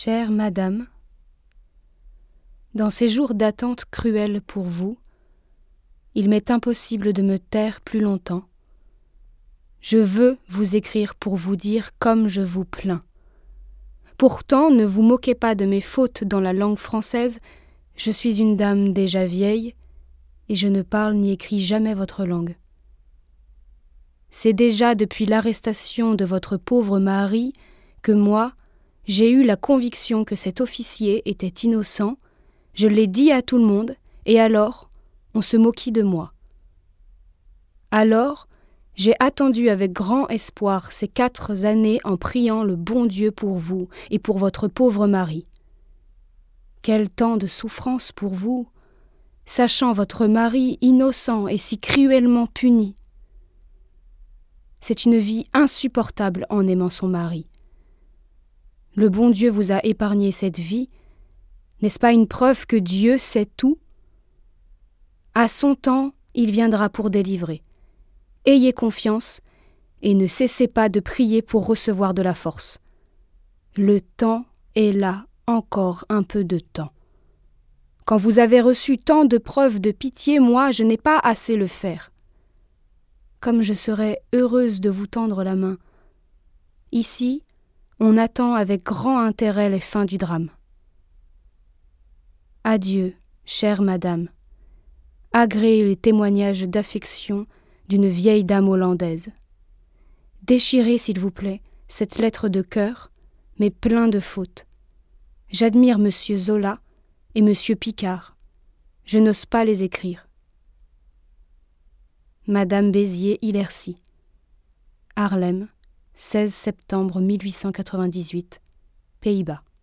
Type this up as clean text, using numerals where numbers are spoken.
Chère Madame, dans ces jours d'attente cruelle pour vous, il m'est impossible de me taire plus longtemps. Je veux vous écrire pour vous dire comme je vous plains. Pourtant, ne vous moquez pas de mes fautes dans la langue française, je suis une dame déjà vieille, et je ne parle ni écris jamais votre langue. C'est déjà depuis l'arrestation de votre pauvre mari que moi, j'ai eu la conviction que cet officier était innocent, je l'ai dit à tout le monde, et alors, on se moquit de moi. Alors, j'ai attendu avec grand espoir ces 4 années en priant le bon Dieu pour vous et pour votre pauvre mari. Quel temps de souffrance pour vous, sachant votre mari innocent et si cruellement puni. C'est une vie insupportable en aimant son mari. Le bon Dieu vous a épargné cette vie. N'est-ce pas une preuve que Dieu sait tout? À son temps, il viendra pour délivrer. Ayez confiance et ne cessez pas de prier pour recevoir de la force. Le temps est là, encore un peu de temps. Quand vous avez reçu tant de preuves de pitié, moi, je n'ai pas assez le faire. Comme je serais heureuse de vous tendre la main. Ici, on attend avec grand intérêt les fins du drame. Adieu, chère madame. Agréez les témoignages d'affection d'une vieille dame hollandaise. Déchirez, s'il vous plaît, cette lettre de cœur, mais plein de fautes. J'admire Monsieur Zola et Monsieur Picard. Je n'ose pas les écrire. Madame Béziers-Hillercy. Haarlem, 16 septembre 1898, Pays-Bas.